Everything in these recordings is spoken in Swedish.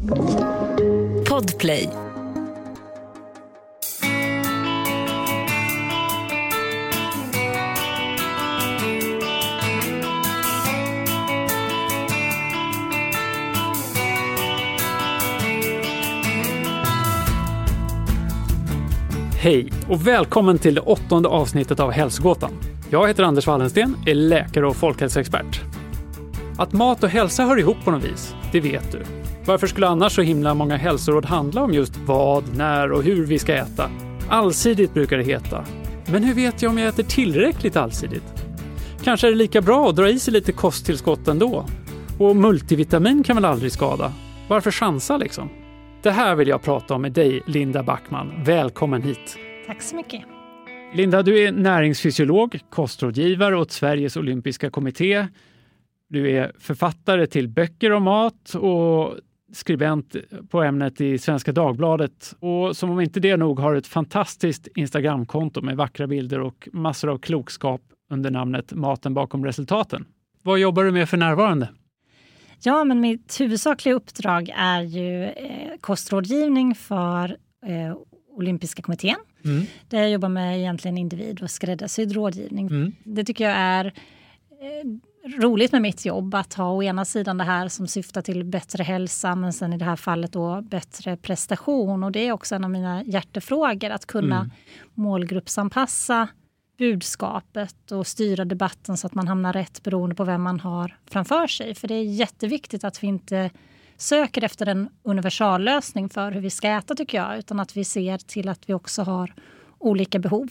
Podplay. Hej och välkommen till det 8:e avsnittet av Hälsogåtan. Jag heter Anders Wallensten, är läkare och folkhälsoexpert. Att mat och hälsa hör ihop på något vis, det vet du. Varför skulle annars så himla många hälsoråd handla om just vad, när och hur vi ska äta? Allsidigt brukar det heta. Men hur vet jag om jag äter tillräckligt allsidigt? Kanske är det lika bra att dra i sig lite kosttillskott ändå. Och multivitamin kan väl aldrig skada? Varför chansa liksom? Det här vill jag prata om med dig, Linda Backman. Välkommen hit. Tack så mycket. Linda, du är näringsfysiolog, kostrådgivare åt Sveriges olympiska kommitté. Du är författare till böcker om mat och skribent på ämnet i Svenska Dagbladet. Och som om inte det nog har ett fantastiskt Instagramkonto med vackra bilder och massor av klokskap under namnet Maten bakom resultaten. Vad jobbar du med för närvarande? Ja, men mitt huvudsakliga uppdrag är ju kostrådgivning för olympiska kommittén. Där jag jobbar med egentligen individ- och skräddarsydd rådgivning. Det tycker jag är roligt med mitt jobb, att ha å ena sidan det här som syftar till bättre hälsa, men sen i det här fallet då bättre prestation. Och det är också en av mina hjärtefrågor, att kunna målgruppsanpassa budskapet och styra debatten så att man hamnar rätt beroende på vem man har framför sig. För det är jätteviktigt att vi inte söker efter en universallösning för hur vi ska äta, tycker jag, utan att vi ser till att vi också har olika behov.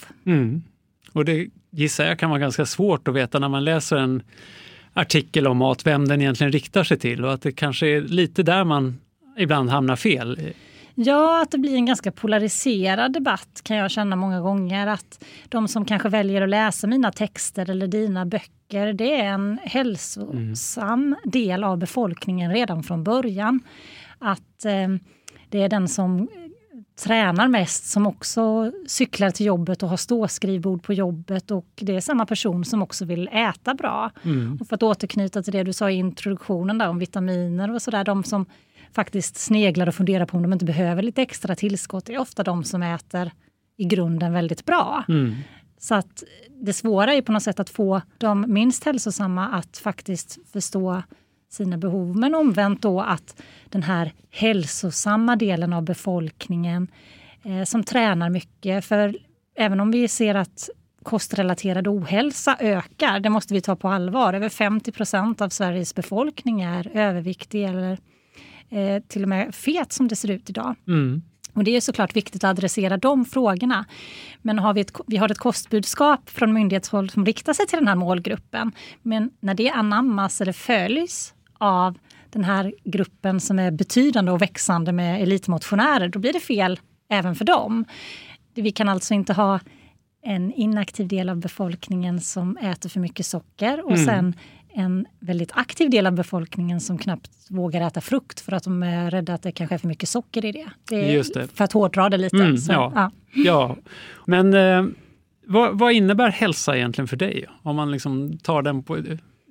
Och det gissar jag kan vara ganska svårt att veta när man läser en artikel om mat, vem den egentligen riktar sig till, och att det kanske är lite där man ibland hamnar fel. Ja, att det blir en ganska polariserad debatt kan jag känna många gånger, att de som kanske väljer att läsa mina texter eller dina böcker, det är en hälsosam del av befolkningen redan från början. Att det är den som tränar mest som också cyklar till jobbet och har ståskrivbord på jobbet, och det är samma person som också vill äta bra. Och för att återknyta till det du sa i introduktionen där om vitaminer och sådär, de som faktiskt sneglar och funderar på om de inte behöver lite extra tillskott är ofta de som äter i grunden väldigt bra. Så att det svåra är på något sätt att få de minst hälsosamma att faktiskt förstå sina behov. Men omvänt då att den här hälsosamma delen av befolkningen som tränar mycket, för även om vi ser att kostrelaterad ohälsa ökar, det måste vi ta på allvar. Över 50% av Sveriges befolkning är överviktig eller till och med fet som det ser ut idag. Och det är såklart viktigt att adressera de frågorna. Men vi har ett kostbudskap från myndighetshåll som riktar sig till den här målgruppen. Men när det anammas eller följs av den här gruppen som är betydande och växande med elitmotionärer, då blir det fel även för dem. Vi kan alltså inte ha en inaktiv del av befolkningen som äter för mycket socker och sen en väldigt aktiv del av befolkningen som knappt vågar äta frukt för att de är rädda att det kanske är för mycket socker i det. Just det. För att hårdra det lite. Ja. Men vad innebär hälsa egentligen för dig? Om man liksom tar den på...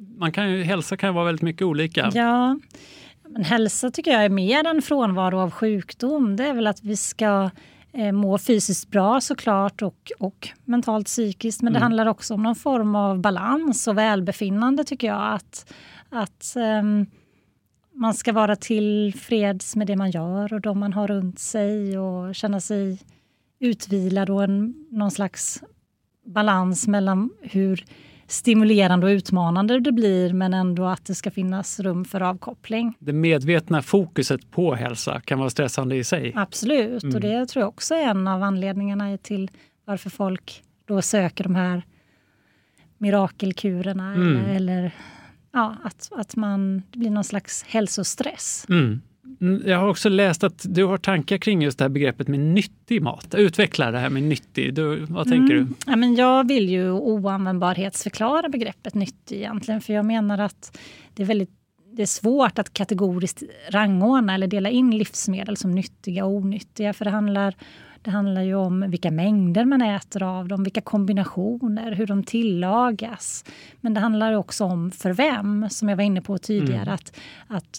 Hälsa kan ju vara väldigt mycket olika. Ja, men hälsa tycker jag är mer än frånvaro av sjukdom. Det är väl att vi ska må fysiskt bra såklart och mentalt psykiskt. Men det handlar också om någon form av balans och välbefinnande, tycker jag. Att man ska vara tillfreds med det man gör och de man har runt sig och känna sig utvilad och någon slags balans mellan hur stimulerande och utmanande det blir, men ändå att det ska finnas rum för avkoppling. Det medvetna fokuset på hälsa kan vara stressande i sig. Absolut, och det tror jag också är en av anledningarna till varför folk då söker de här mirakelkurerna eller att det blir någon slags hälsostress. Jag har också läst att du har tankar kring just det här begreppet med nyttig mat. Utveckla det här med nyttig. Vad tänker du? Ja, men jag vill ju oanvändbarhetsförklara begreppet nyttig egentligen. För jag menar att det är svårt att kategoriskt rangordna eller dela in livsmedel som nyttiga och onyttiga. För det handlar ju om vilka mängder man äter av dem, vilka kombinationer, hur de tillagas. Men det handlar också om för vem, som jag var inne på tidigare, att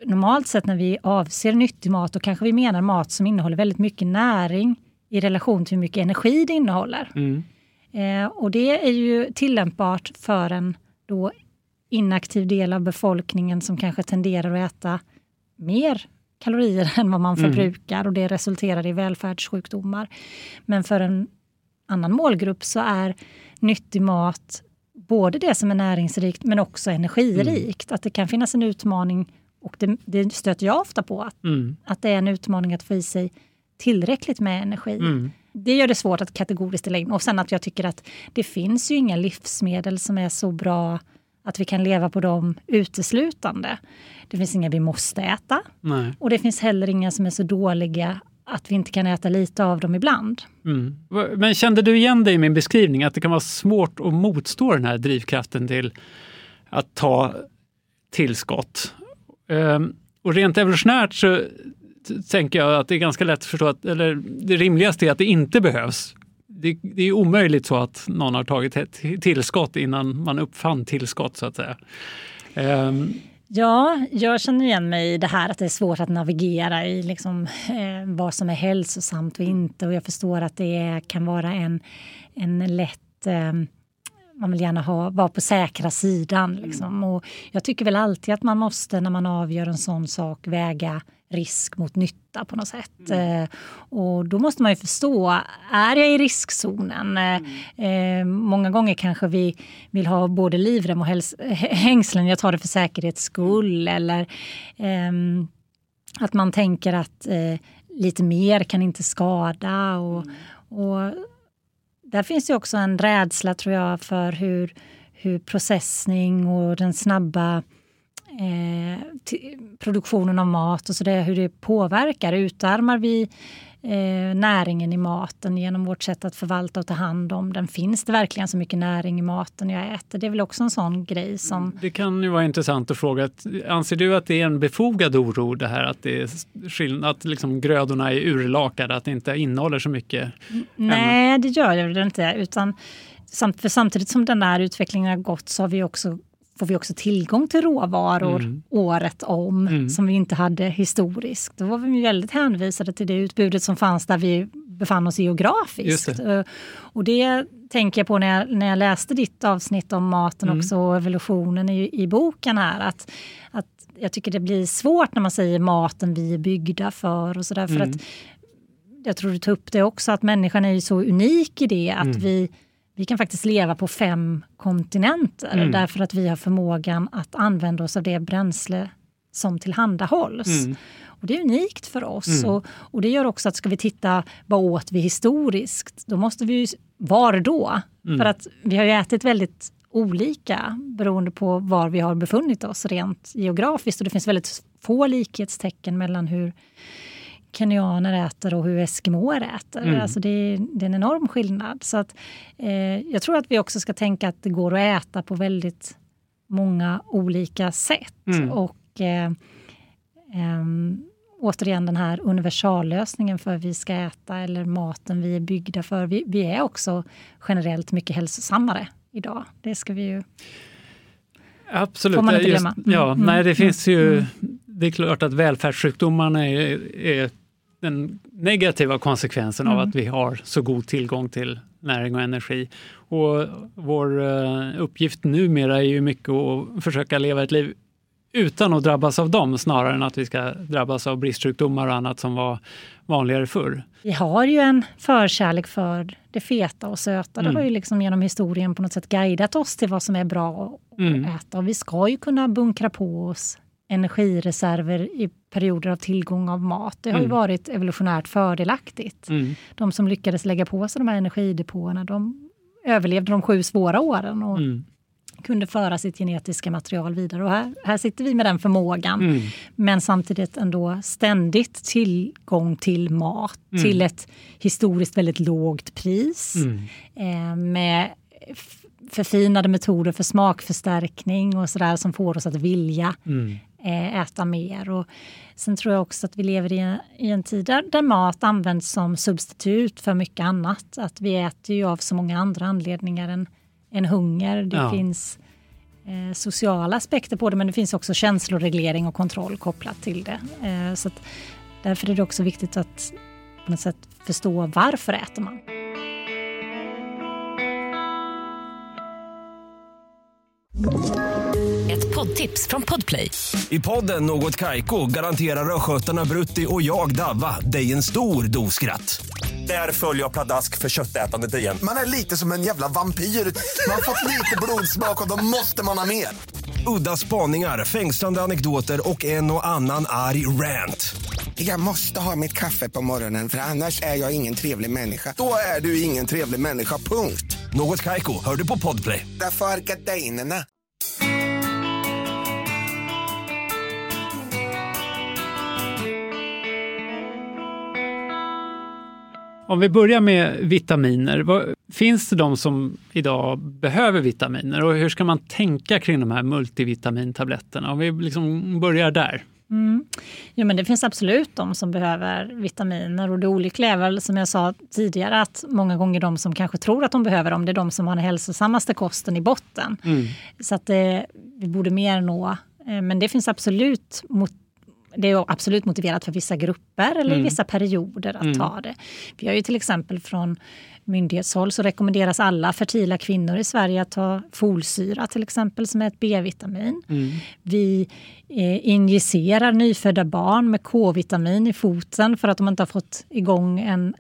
normalt sett när vi avser nyttig mat, då kanske vi menar mat som innehåller väldigt mycket näring i relation till hur mycket energi det innehåller. Och det är ju tillämpbart för en då inaktiv del av befolkningen som kanske tenderar att äta mer kalorier än vad man förbrukar, och det resulterar i välfärdssjukdomar. Men för en annan målgrupp så är nyttig mat både det som är näringsrikt men också energirikt. Att det kan finnas en utmaning, och det stöter jag ofta på, att det är en utmaning att få i sig tillräckligt med energi. Det gör det svårt att kategoriskt dela in. Och sen att jag tycker att det finns ju inga livsmedel som är så bra att vi kan leva på dem uteslutande. Det finns inga vi måste äta. Nej. Och det finns heller inga som är så dåliga att vi inte kan äta lite av dem ibland. Men kände du igen dig i min beskrivning att det kan vara svårt att motstå den här drivkraften till att ta tillskott? Och rent evolutionärt så tänker jag att det är ganska lätt att förstå att, eller det rimligaste är att det inte behövs. Det är omöjligt så att någon har tagit ett tillskott innan man uppfann tillskott, så att säga. Ja, jag känner igen mig i det här att det är svårt att navigera i liksom, vad som är hälsosamt och inte. Och jag förstår att det kan vara en lätt... man vill gärna vara på säkra sidan. Liksom. Och jag tycker väl alltid att man måste, när man avgör en sån sak, väga risk mot nytta på något sätt. Och då måste man ju förstå, är jag i riskzonen? Många gånger kanske vi vill ha både livrem och hängslen, jag tar det för säkerhets skull. Eller att man tänker att lite mer kan inte skada. Och där finns ju också en rädsla, tror jag, för hur processning och den snabba produktionen av mat och så där, hur det påverkar. Utarmar vi näringen i maten genom vårt sätt att förvalta och ta hand om den? Finns det verkligen så mycket näring i maten jag äter? Det är väl också en sån grej som... Det kan ju vara intressant att fråga. Anser du att det är en befogad oro det här? Att det är skillnad, att liksom grödorna är urlakade, att det inte innehåller så mycket? Nej, det gör det inte. Utan samtidigt som den här utvecklingen har gått så får vi också tillgång till råvaror året om som vi inte hade historiskt. Då var vi väldigt hänvisade till det utbudet som fanns där vi befann oss geografiskt. Och det tänker jag på när jag läste ditt avsnitt om maten också, och evolutionen i boken här. Att jag tycker det blir svårt när man säger maten vi är byggda för och sådär. För att jag tror du tog upp det också, att människan är ju så unik i det att vi kan faktiskt leva på 5 kontinenter därför att vi har förmågan att använda oss av det bränsle som tillhandahålls. Och det är unikt för oss. Och det gör också att ska vi titta vad åt vi historiskt, då måste vi ju, var då? För att vi har ju ätit väldigt olika beroende på var vi har befunnit oss rent geografiskt. Och det finns väldigt få likhetstecken mellan hur kenyaner äter och hur eskimåer äter. Alltså det är en enorm skillnad. Så att, jag tror att vi också ska tänka att det går att äta på väldigt många olika sätt. Och återigen den här universallösningen för vi ska äta, eller maten vi är byggda för. Vi är också generellt mycket hälsosammare idag. Det ska vi ju... Absolut. Får man inte glömma. Nej, det finns ju... Det är klart att välfärdssjukdomarna är den negativa konsekvensen av att vi har så god tillgång till näring och energi. Och vår uppgift numera är ju mycket att försöka leva ett liv utan att drabbas av dem, snarare än att vi ska drabbas av bristsjukdomar och annat som var vanligare förr. Vi har ju en förkärlek för det feta och söta. Det har ju liksom genom historien på något sätt guidat oss till vad som är bra att äta. Och vi ska ju kunna bunkra på oss energireserver i perioder av tillgång av mat. Det har ju varit evolutionärt fördelaktigt. De som lyckades lägga på sig de här energidepåerna, de överlevde de 7 svåra åren och kunde föra sitt genetiska material vidare. Och här sitter vi med den förmågan. Men samtidigt ändå ständigt tillgång till mat till ett historiskt väldigt lågt pris. Med förfinade metoder för smakförstärkning och sådär som får oss att vilja äta mer. Och sen tror jag också att vi lever i en tid där mat används som substitut för mycket annat. Att vi äter ju av så många andra anledningar än hunger. Det finns sociala aspekter på det, men det finns också känsloreglering och kontroll kopplat till det. Så att därför är det också viktigt att på något sätt förstå varför äter man. Ett poddtips från Podplay. I podden Något Kaiko garanterar röskötarna Brutti och jag Davva dig en stor doskratt. Där följer jag pladask för köttätandet igen. Man är lite som en jävla vampyr. Man har fått lite blodsmak och då måste man ha mer. Udda spaningar, fängslande anekdoter och en och annan arg rant. Jag måste ha mitt kaffe på morgonen för annars är jag ingen trevlig människa. Då är du ingen trevlig människa, punkt. Något Kaiko, hör du på Podplay. Därför är gardinerna. Om vi börjar med vitaminer, finns det de som idag behöver vitaminer och hur ska man tänka kring de här multivitamintabletterna? Om vi liksom börjar där. Ja, men det finns absolut de som behöver vitaminer och det olyckliga är väl som jag sa tidigare att många gånger de som kanske tror att de behöver dem, det är de som har den hälsosammaste kosten i botten. Så att vi borde mer nå, men det finns absolut det är absolut motiverat för vissa grupper eller i vissa perioder att ta det. Vi har ju till exempel från myndighetshåll så rekommenderas alla fertila kvinnor i Sverige att ta folsyra till exempel som är ett B-vitamin. Vi injicerar nyfödda barn med K-vitamin i foten för att de inte har fått igång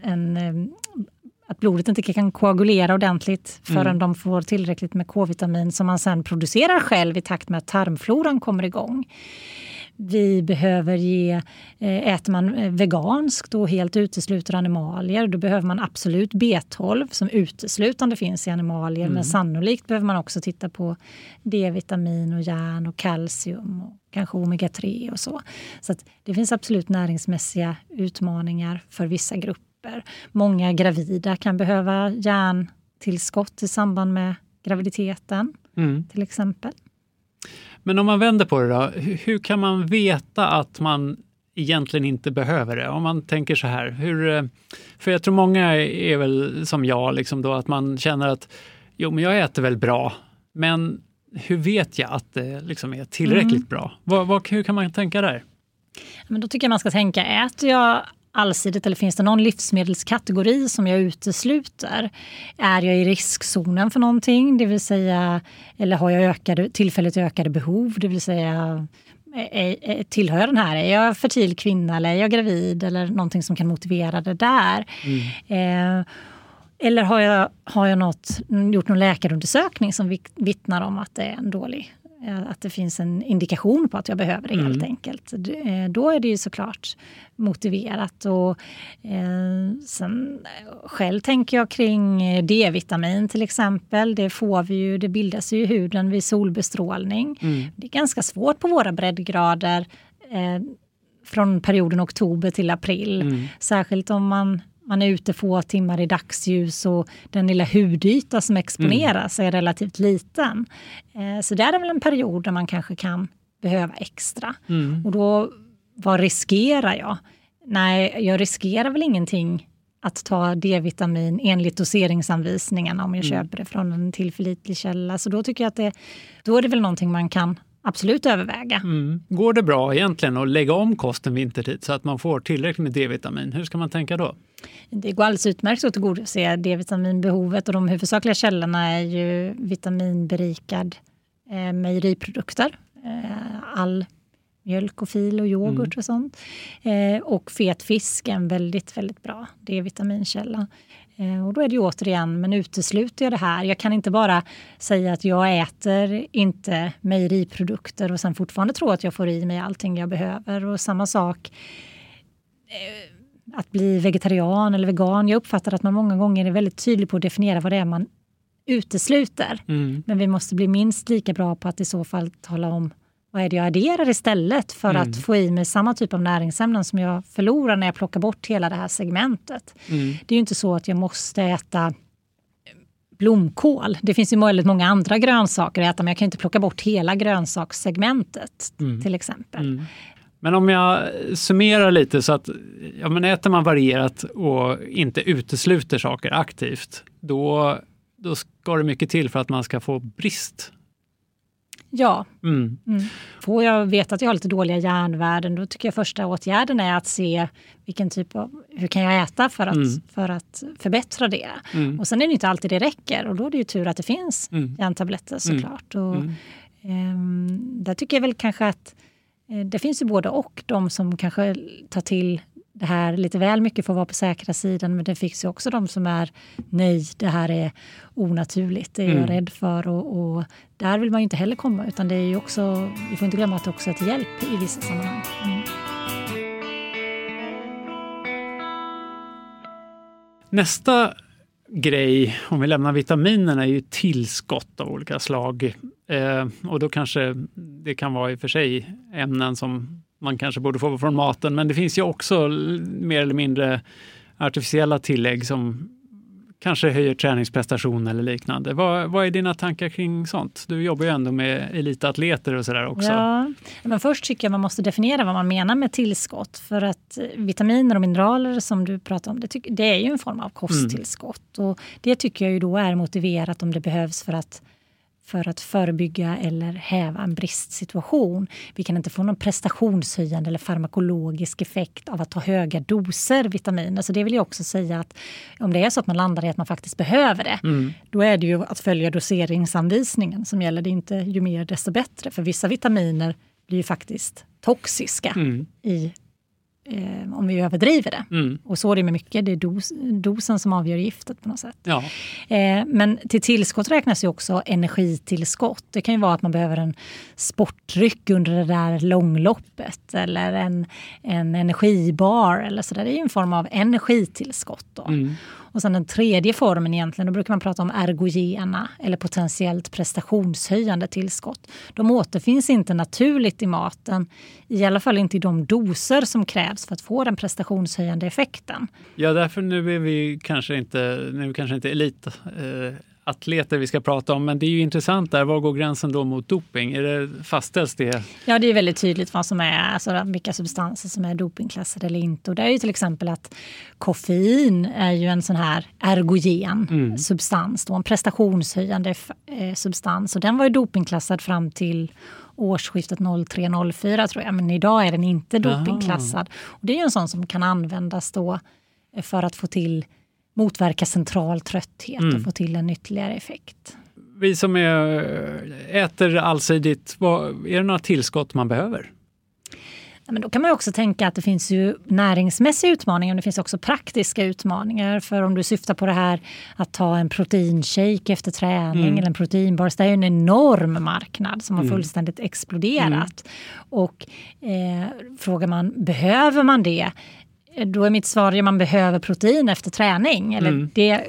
att blodet inte kan koagulera ordentligt förrän de får tillräckligt med K-vitamin som man sen producerar själv i takt med att tarmfloran kommer igång. Vi behöver äter man veganskt och helt utesluter animalier, då behöver man absolut B12 som uteslutande finns i animalier. Men sannolikt behöver man också titta på D-vitamin och järn och kalcium och kanske omega-3 och så. Så att det finns absolut näringsmässiga utmaningar för vissa grupper. Många gravida kan behöva järntillskott i samband med graviditeten till exempel. Men om man vänder på det då, hur kan man veta att man egentligen inte behöver det? Om man tänker så här, för jag tror många är väl som jag liksom då, att man känner att men jag äter väl bra, men hur vet jag att det liksom är tillräckligt bra? Hur kan man tänka där? Men då tycker jag man ska tänka, äter jag allsidigt eller finns det någon livsmedelskategori som jag utesluter? Är jag i riskzonen för någonting? Det vill säga, eller har jag tillfälligt ökade behov? Det vill säga, tillhör jag den här? Är jag fertil kvinna eller är jag gravid? Eller någonting som kan motivera det där? Eller har jag gjort någon läkarundersökning som vittnar om att det är en dålig, att det finns en indikation på att jag behöver det helt enkelt. Då är det ju såklart motiverat. Och sen själv tänker jag kring D-vitamin till exempel. Det bildas ju i huden vid solbestrålning. Det är ganska svårt på våra breddgrader från perioden oktober till april. Särskilt om man är ute få timmar i dagsljus och den lilla hudyta som exponeras är relativt liten. Så det är väl en period där man kanske kan behöva extra. Och då, vad riskerar jag? Nej, jag riskerar väl ingenting att ta D-vitamin enligt doseringsanvisningarna om jag köper det från en tillförlitlig källa. Så då tycker jag att då är det väl någonting man kan absolut överväga. Går det bra egentligen att lägga om kosten vintertid så att man får tillräckligt med D-vitamin? Hur ska man tänka då? Det går alldeles utmärkt att tillgodose D-vitaminbehovet och de huvudsakliga källorna är ju vitaminberikad mejeriprodukter. All mjölk och fil och yoghurt och sånt. Och fet fisk är en väldigt, väldigt bra D-vitaminkälla. Och då är det ju återigen, men utesluter jag det här? Jag kan inte bara säga att jag äter inte mejeriprodukter och sen fortfarande tro att jag får i mig allting jag behöver. Och samma sak, att bli vegetarian eller vegan. Jag uppfattar att man många gånger är väldigt tydlig på att definiera vad det är man utesluter. Men vi måste bli minst lika bra på att i så fall tala om vad är det jag adderar istället för att få i mig samma typ av näringsämnen som jag förlorar när jag plockar bort hela det här segmentet. Det är ju inte så att jag måste äta blomkål. Det finns ju väldigt många andra grönsaker att äta, men jag kan inte plocka bort hela grönsakssegmentet till exempel. Men om jag summerar lite så att äter man varierat och inte utesluter saker aktivt, då ska det mycket till för att man ska få brist. Ja. Får jag veta att jag har lite dåliga järnvärden, då tycker jag första åtgärden är att se vilken typ av, hur kan jag äta för att förbättra det. Och sen är det inte alltid det räcker, och då är det ju tur att det finns järntabletter såklart. Och, där tycker jag väl kanske att det finns ju både och de som kanske tar till det här lite väl mycket för att vara på säkra sidan, men det finns ju också de som är nej, det här är onaturligt, det är jag rädd för, och där vill man ju inte heller komma, utan det är ju också, vi får inte glömma att det också är till hjälp i vissa sammanhang. Nästa grej, om vi lämnar vitaminerna, är ju tillskott av olika slag. Och då kanske det kan vara i och för sig ämnen som man kanske borde få från maten. Men det finns ju också mer eller mindre artificiella tillägg som kanske höjer träningsprestation eller liknande. Vad är dina tankar kring sånt? Du jobbar ju ändå med elitatleter och sådär också. Ja, men först tycker jag man måste definiera vad man menar med tillskott. För att vitaminer och mineraler som du pratar om, det är ju en form av kosttillskott. Och det tycker jag ju då är motiverat om det behövs för att förebygga eller häva en bristsituation. Vi kan inte få någon prestationshöjande eller farmakologisk effekt av att ta höga doser vitaminer. Så det vill jag också säga, att om det är så att man landar i att man faktiskt behöver det, då är det ju att följa doseringsanvisningen som gäller. Det inte ju mer desto bättre. För vissa vitaminer blir ju faktiskt toxiska om vi överdriver det. Och så är det med mycket. Det är dosen som avgör giftet på något sätt. Ja. Men till tillskott räknas ju också energitillskott. Det kan ju vara att man behöver en sportdryck under det där långloppet, eller en energibar eller så där. Det är ju en form av energitillskott då. Och sen den tredje formen egentligen, då brukar man prata om ergogena eller potentiellt prestationshöjande tillskott. De återfinns inte naturligt i maten, i alla fall inte i de doser som krävs för att få den prestationshöjande effekten. Ja, därför nu är vi kanske inte elitatleter vi ska prata om, men det är ju intressant där. Var går gränsen då mot doping? Fastställs det? Ja, det är väldigt tydligt vad som är, alltså vilka substanser som är dopingklassade eller inte. Och det är ju till exempel att koffein är ju en sån här ergogen substans, då, en prestationshöjande substans. Och den var ju dopingklassad fram till årsskiftet 03-04 tror jag, men idag är den inte dopingklassad. Och det är ju en sån som kan användas då för att motverka central trötthet och få till en ytterligare effekt. Vi som äter allsidigt, är det några tillskott man behöver? Ja, men då kan man ju också tänka att det finns ju näringsmässiga utmaningar, och det finns också praktiska utmaningar. För om du syftar på det här att ta en proteinshake efter träning eller en proteinbar, så det är ju en enorm marknad som har fullständigt exploderat. Och frågar man, behöver man det? Då är mitt svar att man behöver protein efter träning. Eller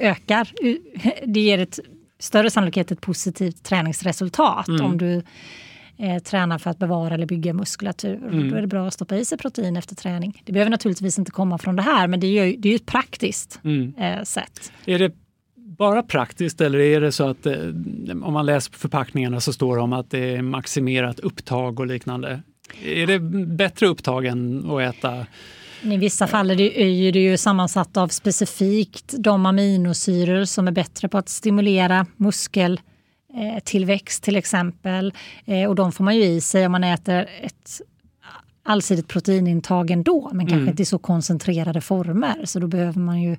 det ger ett större sannolikhet ett positivt träningsresultat om du tränar för att bevara eller bygga muskulatur. Då är det bra att stoppa i sig protein efter träning. Det behöver naturligtvis inte komma från det här, men det är ju ett praktiskt sätt. Är det bara praktiskt, eller är det så att om man läser på förpackningarna så står det om att det är maximerat upptag och liknande? Är det bättre upptag än att äta? I vissa fall är det ju sammansatt av specifikt de aminosyror som är bättre på att stimulera muskeltillväxt till exempel. Och de får man ju i sig om man äter ett allsidigt proteinintag ändå, men kanske inte i så koncentrerade former. Så då behöver man ju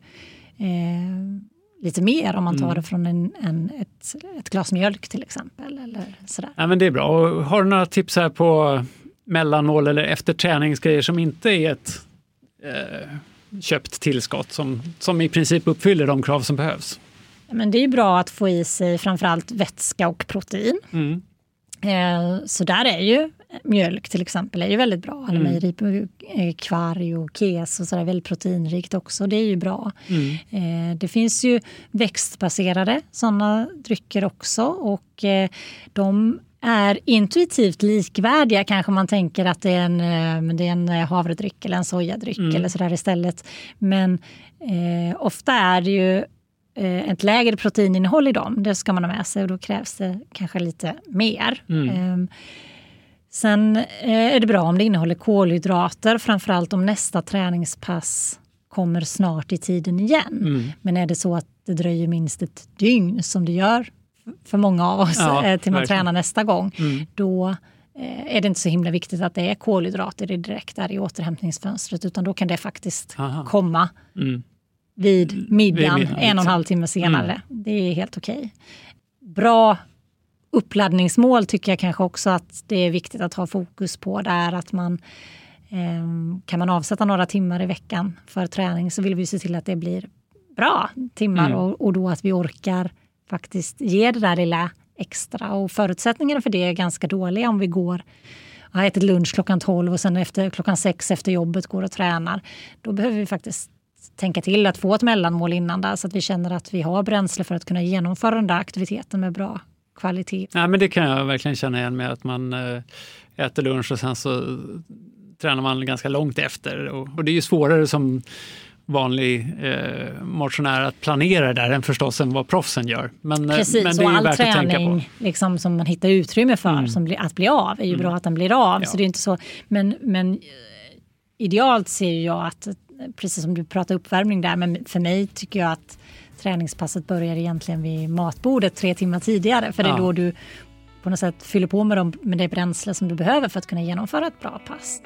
lite mer om man tar det från ett glas mjölk till exempel. Eller sådär. Ja, men det är bra. Och har du några tips här på mellanmål eller efter träningsgrejer som inte är ett köpt tillskott som i princip uppfyller de krav som behövs? Men det är ju bra att få i sig framförallt vätska och protein. Så där är ju mjölk till exempel är ju väldigt bra. Kvarg och kes och sådär, väldigt proteinrikt också. Det är ju bra. Det finns ju växtbaserade sådana drycker också, och de är intuitivt likvärdiga. Kanske man tänker att det är en havredryck eller en sojadryck eller sådär istället. Men ofta är det ju ett lägre proteininnehåll i dem. Det ska man ha med sig, och då krävs det kanske lite mer. Sen är det bra om det innehåller kolhydrater, framförallt om nästa träningspass kommer snart i tiden igen. Men är det så att det dröjer minst ett dygn som det gör för många av oss till man verkligen. tränar nästa gång. Då är det inte så himla viktigt att det är kolhydrater direkt där i återhämtningsfönstret, utan då kan det faktiskt komma vid middagen 1,5 timme senare. Det är helt okej. Bra uppladdningsmål tycker jag kanske också att det är viktigt att ha fokus på. Där att man kan man avsätta några timmar i veckan för träning, så vill vi se till att det blir bra timmar och då att vi orkar faktiskt ge det där lilla extra. Och förutsättningarna för det är ganska dåliga om vi går och har ätit lunch klockan 12 och sen efter klockan 6 efter jobbet går och tränar. Då behöver vi faktiskt tänka till att få ett mellanmål innan där, så att vi känner att vi har bränsle för att kunna genomföra den där aktiviteten med bra kvalitet. Ja, men det kan jag verkligen känna igen med, att man äter lunch och sen så tränar man ganska långt efter. Och det är ju svårare som vanlig motionär att planera där än förstås än vad proffsen gör. Precis, men det är och ju all värt att tänka på. träning liksom, som man hittar utrymme för att bli av är ju bra att den blir av. Ja. Så det är inte så, men idealt ser jag att, precis som du pratar uppvärmning där, men för mig tycker jag att träningspasset börjar egentligen vid matbordet 3 timmar tidigare. För det är då du på något sätt fyller på med det bränsle som du behöver för att kunna genomföra ett bra pass.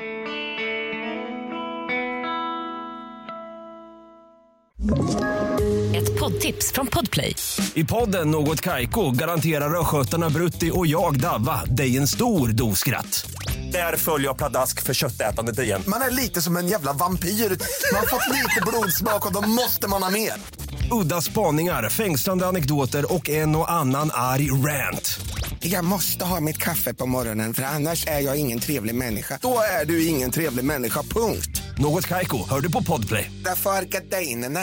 Ett poddtips från Podplay. I podden Något Kaiko garanterar röskötarna Brutti och jag Davva dig en stor dos skratt. Där följer jag pladask för köttätandet igen. Man är lite som en jävla vampyr. Man har fått lite blodsmak och då måste man ha mer. Udda spaningar, fängslande anekdoter och en och annan arg rant. Jag måste ha mitt kaffe på morgonen, för annars är jag ingen trevlig människa. Då är du ingen trevlig människa, punkt. Något Kaiko, hör du på Podplay. Därför är gardinerna.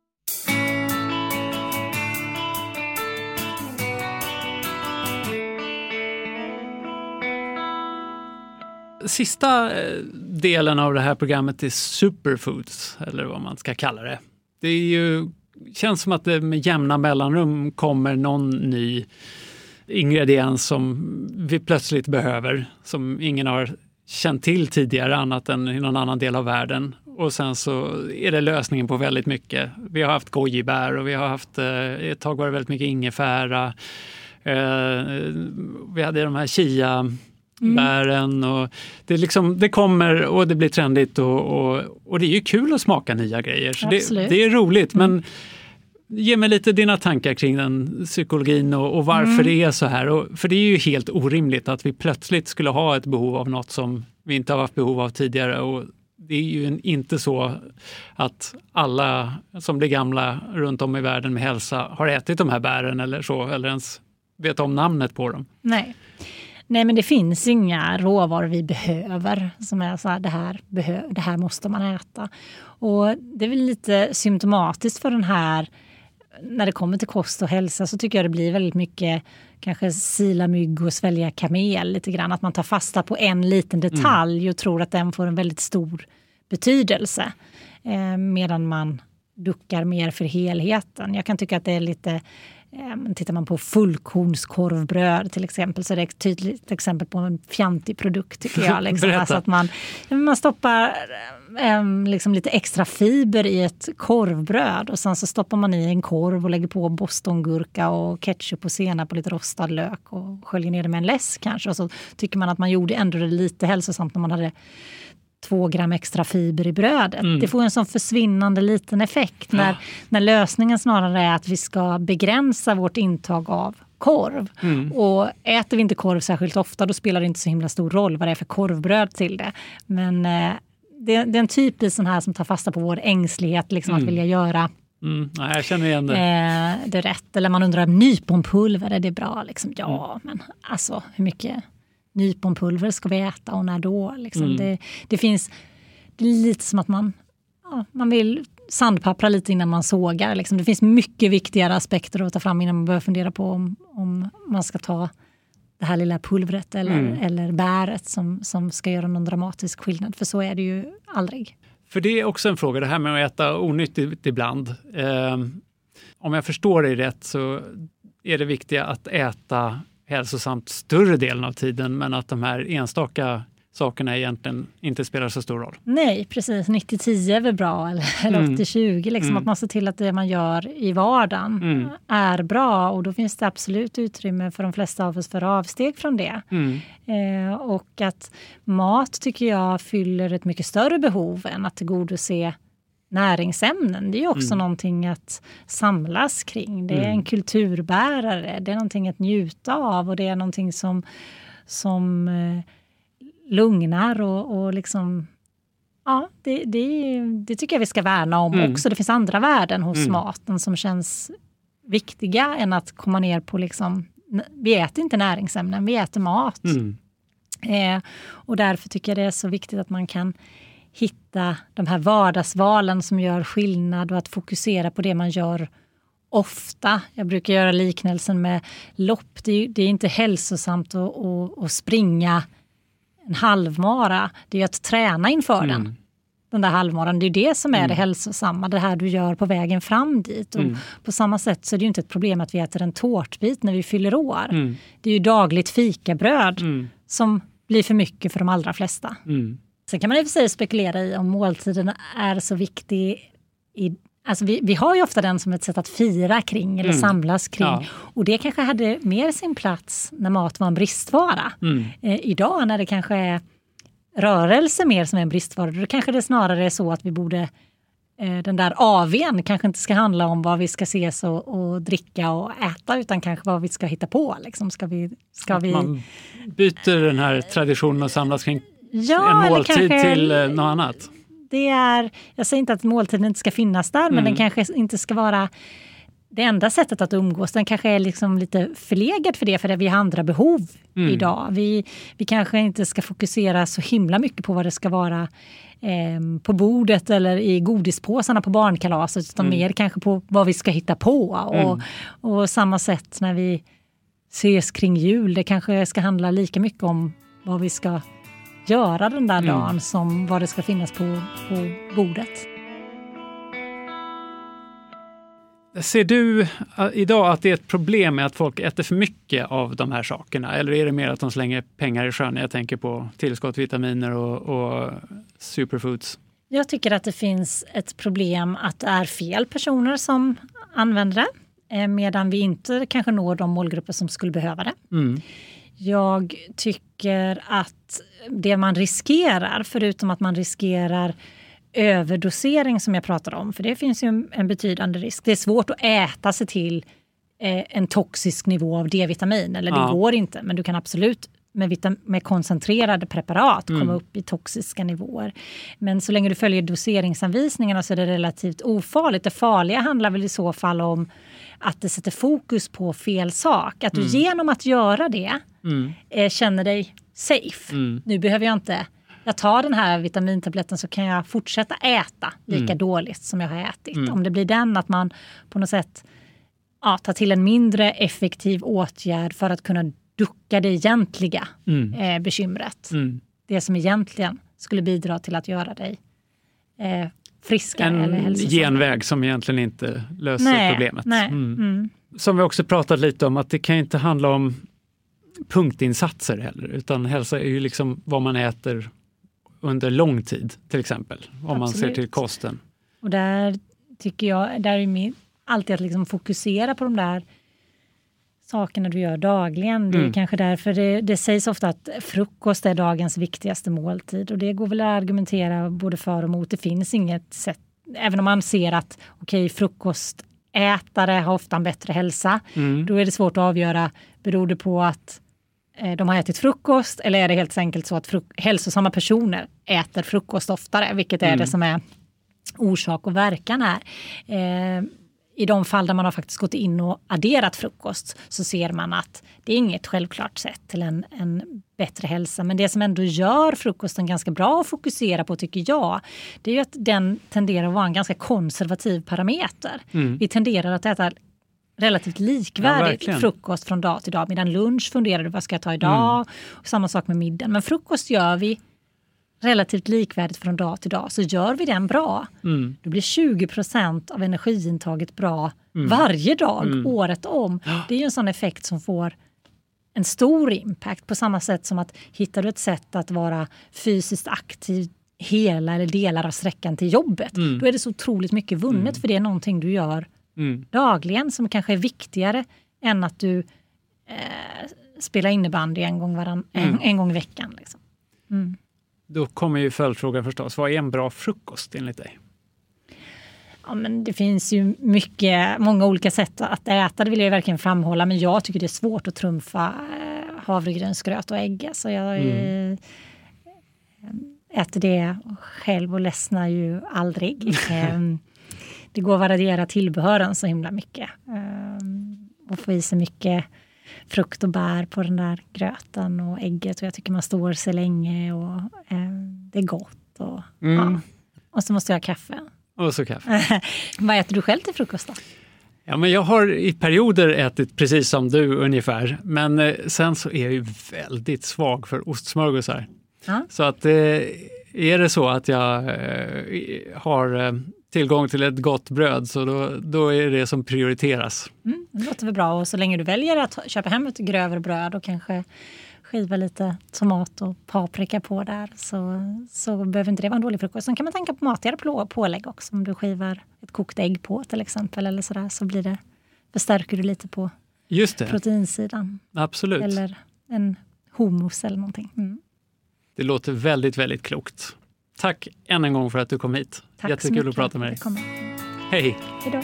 Sista delen av det här programmet är superfoods, eller vad man ska kalla det. Det är ju, känns som att det med jämna mellanrum kommer någon ny ingrediens som vi plötsligt behöver, som ingen har känt till tidigare annat än i någon annan del av världen. Och sen så är det lösningen på väldigt mycket. Vi har haft gojibär och vi har haft, ett tag var det väldigt mycket ingefära. Vi hade de här chia-bären och det, liksom, det kommer och det blir trendigt och det är ju kul att smaka nya grejer. Så det är roligt, men ge mig lite dina tankar kring den psykologin och varför det är så här. För det är ju helt orimligt att vi plötsligt skulle ha ett behov av något som vi inte har haft behov av tidigare. Och det är ju inte så att alla som blir gamla runt om i världen med hälsa har ätit de här bären eller så, eller ens vet om namnet på dem. Nej, men det finns inga råvaror vi behöver som är så här, det här måste man äta. Och det är väl lite symptomatiskt för den här, när det kommer till kost och hälsa, så tycker jag det blir väldigt mycket kanske sila mygg och svälja kamel lite grann. Att man tar fasta på en liten detalj och tror att den får en väldigt stor betydelse. Medan man duckar mer för helheten. Jag kan tycka att det är lite, tittar man på fullkornskorvbröd till exempel, så är det ett tydligt exempel på en fjantig produkt tycker jag. Liksom. Alltså att man stoppar liksom lite extra fiber i ett korvbröd och sen så stoppar man i en korv och lägger på bostongurka och ketchup och senap och lite rostad lök och sköljer ner det med en läsk kanske. Och så tycker man att man gjorde ändå det lite hälsosamt när man hade 2 gram extra fiber i brödet. Det får en sån försvinnande liten effekt när lösningen snarare är att vi ska begränsa vårt intag av korv. Och äter vi inte korv särskilt ofta, då spelar det inte så himla stor roll vad det är för korvbröd till det. Men det är en typisk sån här som tar fasta på vår ängslighet, liksom att vilja göra jag känner igen det. Det är rätt. Eller man undrar, nyponpulver, är det bra? Liksom, ja, men alltså hur mycket nyponpulver ska vi äta och när då? Liksom. Det finns, det är lite som att man vill sandpappra lite innan man sågar. Liksom. Det finns mycket viktigare aspekter att ta fram innan man börjar fundera på om man ska ta det här lilla pulvret eller bäret som ska göra någon dramatisk skillnad. För så är det ju aldrig. För det är också en fråga, det här med att äta onyttigt ibland. Om jag förstår dig rätt så är det viktiga att äta hälsosamt större delen av tiden, men att de här enstaka sakerna egentligen inte spelar så stor roll. Nej, precis. 90-10 är väl bra eller 80-20. Liksom, att man ser till att det man gör i vardagen är bra. Och då finns det absolut utrymme för de flesta av oss för avsteg från det. Och att mat tycker jag fyller ett mycket större behov än att tillgodose näringsämnen. Det är ju också någonting att samlas kring. Det är en kulturbärare. Det är någonting att njuta av och det är någonting som lugnar och liksom ja, det tycker jag vi ska värna om också. Det finns andra värden hos maten som känns viktiga än att komma ner på liksom, vi äter inte näringsämnen, vi äter mat. Och därför tycker jag det är så viktigt att man kan hitta de här vardagsvalen som gör skillnad och att fokusera på det man gör ofta. Jag brukar göra liknelsen med lopp. Det är inte hälsosamt att springa en halvmara. Det är att träna inför den där halvmaran. Det är det som är det hälsosamma. Det här du gör på vägen fram dit. Och på samma sätt så är det ju inte ett problem att vi äter en tårtbit när vi fyller år. Det är ju dagligt fikabröd som blir för mycket för de allra flesta. Sen kan man i och för sig spekulera i om måltiden är så viktig. Alltså vi har ju ofta den som ett sätt att fira kring eller samlas kring. Ja. Och det kanske hade mer sin plats när mat var en bristvara. Idag när det kanske är rörelse mer som är en bristvara, då kanske det snarare är så att vi borde den där AW:n kanske inte ska handla om vad vi ska ses och dricka och äta, utan kanske vad vi ska hitta på. Liksom. Ska vi... Man byter den här traditionen och samlas kring en måltid till något annat. Jag säger inte att måltiden inte ska finnas där, men den kanske inte ska vara det enda sättet att umgås. Den kanske är liksom lite förlegad för det vi har andra behov idag. Vi kanske inte ska fokusera så himla mycket på vad det ska vara på bordet eller i godispåsarna på barnkalaset, utan mer kanske på vad vi ska hitta på. Och samma sätt när vi ses kring jul, det kanske ska handla lika mycket om vad vi ska göra den där dagen som vad det ska finnas på bordet. Ser du idag att det är ett problem med att folk äter för mycket av de här sakerna? Eller är det mer att de slänger pengar i sjön? Jag tänker på tillskott, vitaminer och superfoods. Jag tycker att det finns ett problem att det är fel personer som använder det. Medan vi inte kanske når de målgrupper som skulle behöva det. Jag tycker att det man riskerar, förutom att man riskerar överdosering som jag pratar om, för det finns ju en betydande risk. Det är svårt att äta sig till en toxisk nivå av D-vitamin, eller det går inte, men du kan absolut med koncentrerade preparat komma upp i toxiska nivåer. Men så länge du följer doseringsanvisningarna så är det relativt ofarligt. Det farliga handlar väl i så fall om att det sätter fokus på fel sak. Att du genom att göra det känner dig safe. Nu behöver jag inte... Jag tar den här vitamintabletten så kan jag fortsätta äta lika dåligt som jag har ätit. Om det blir den att man på något sätt tar till en mindre effektiv åtgärd för att kunna ducka det egentliga bekymret. Det som egentligen skulle bidra till att göra dig friskare eller hälsosam. En genväg som egentligen inte löser problemet. Nej. Som vi också pratat lite om, att det kan inte handla om punktinsatser heller, utan hälsa är ju liksom vad man äter under lång tid, till exempel, om man ser till kosten. Och där tycker jag, där är alltid att liksom fokusera på de där sakerna du gör dagligen. Det är kanske därför det sägs ofta att frukost är dagens viktigaste måltid, och det går väl att argumentera både för och emot. Det finns inget sätt, även om man ser att frukostätare har ofta en bättre hälsa, då är det svårt att avgöra, beror det på att de har ätit frukost, eller är det helt enkelt så att hälsosamma personer äter frukost oftare, vilket är det som är orsak och verkan här. I de fall där man har faktiskt gått in och adderat frukost så ser man att det är inget självklart sätt till en bättre hälsa. Men det som ändå gör frukosten ganska bra att fokusera på, tycker jag, det är ju att den tenderar att vara en ganska konservativ parameter. Vi tenderar att äta relativt likvärdigt frukost från dag till dag. Medan lunch funderar du, vad ska jag ta idag? Och samma sak med middagen. Men frukost gör vi relativt likvärdigt från dag till dag. Så gör vi den bra, då blir 20% av energiintaget bra varje dag, året om. Det är ju en sån effekt som får en stor impact på samma sätt som att hittar du ett sätt att vara fysiskt aktiv hela eller delar av sträckan till jobbet, då är det så otroligt mycket vunnet för det är någonting du gör dagligen som kanske är viktigare än att du spelar innebandy en gång i veckan. Liksom. Då kommer ju följdfrågan förstås. Vad är en bra frukost enligt dig? Ja, men det finns ju många olika sätt att äta, det vill jag verkligen framhålla, men jag tycker det är svårt att trumfa havregrynsgröt och ägg. Så jag äter det själv och ledsnar ju aldrig. Det går att variera tillbehören så himla mycket. Och få i sig mycket frukt och bär på den där gröten och ägget. Och jag tycker man står sig länge och det är gott. Och så måste jag ha kaffe. Och så kaffe. Vad äter du själv till frukost då? Ja, men jag har i perioder ätit precis som du ungefär. Men sen så är jag ju väldigt svag för ostsmörgåsar. Så att är det så att jag har tillgång till ett gott bröd så då är det som prioriteras. Det låter väl bra, och så länge du väljer att köpa hem ett grövre bröd och kanske skiva lite tomat och paprika på där så behöver inte det vara en dålig frukost. Sen kan man tänka på matigare pålägg också, om du skivar ett kokt ägg på till exempel eller sådär, så förstärker du lite på proteinsidan. Absolut. Eller en hummus eller någonting. Det låter väldigt, väldigt klokt. Tack än en gång för att du kom hit. Tack Jättekul att prata med dig. Hej. Hejdå.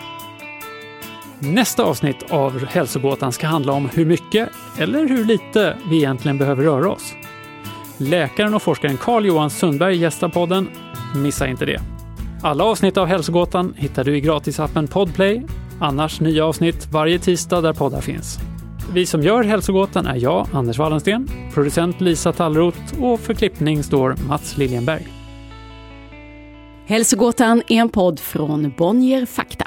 Nästa avsnitt av Hälsogåtan ska handla om hur mycket eller hur lite vi egentligen behöver röra oss. Läkaren och forskaren Carl-Johan Sundberg gästar podden. Missa inte det. Alla avsnitt av Hälsogåtan hittar du i gratisappen Podplay. Annars nya avsnitt varje tisdag där poddar finns. Vi som gör Hälsogåtan är jag, Anders Wallensten, producent Lisa Tallroth och för klippning står Mats Liljenberg. Hälsogåtan är en podd från Bonnier Fakta.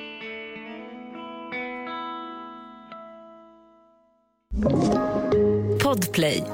Podplay.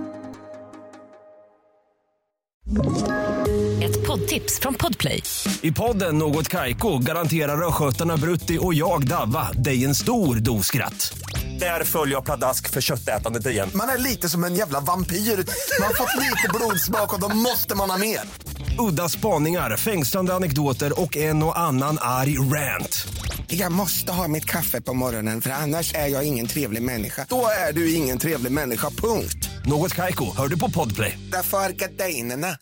Ett poddtips från Podplay. I podden Något Kaiko garanterar röskötarna Brutti och jag Davva dig en stor doskratt. Där följer jag pladask för köttätandet igen. Man är lite som en jävla vampyr. Man har fått lite blodsmak och då måste man ha mer. Udda spaningar, fängslande anekdoter och en och annan arg rant. Jag måste ha mitt kaffe på morgonen för annars är jag ingen trevlig människa. Då är du ingen trevlig människa, punkt. Något Kaiko, hör du på Podplay. Därför är gardinerna.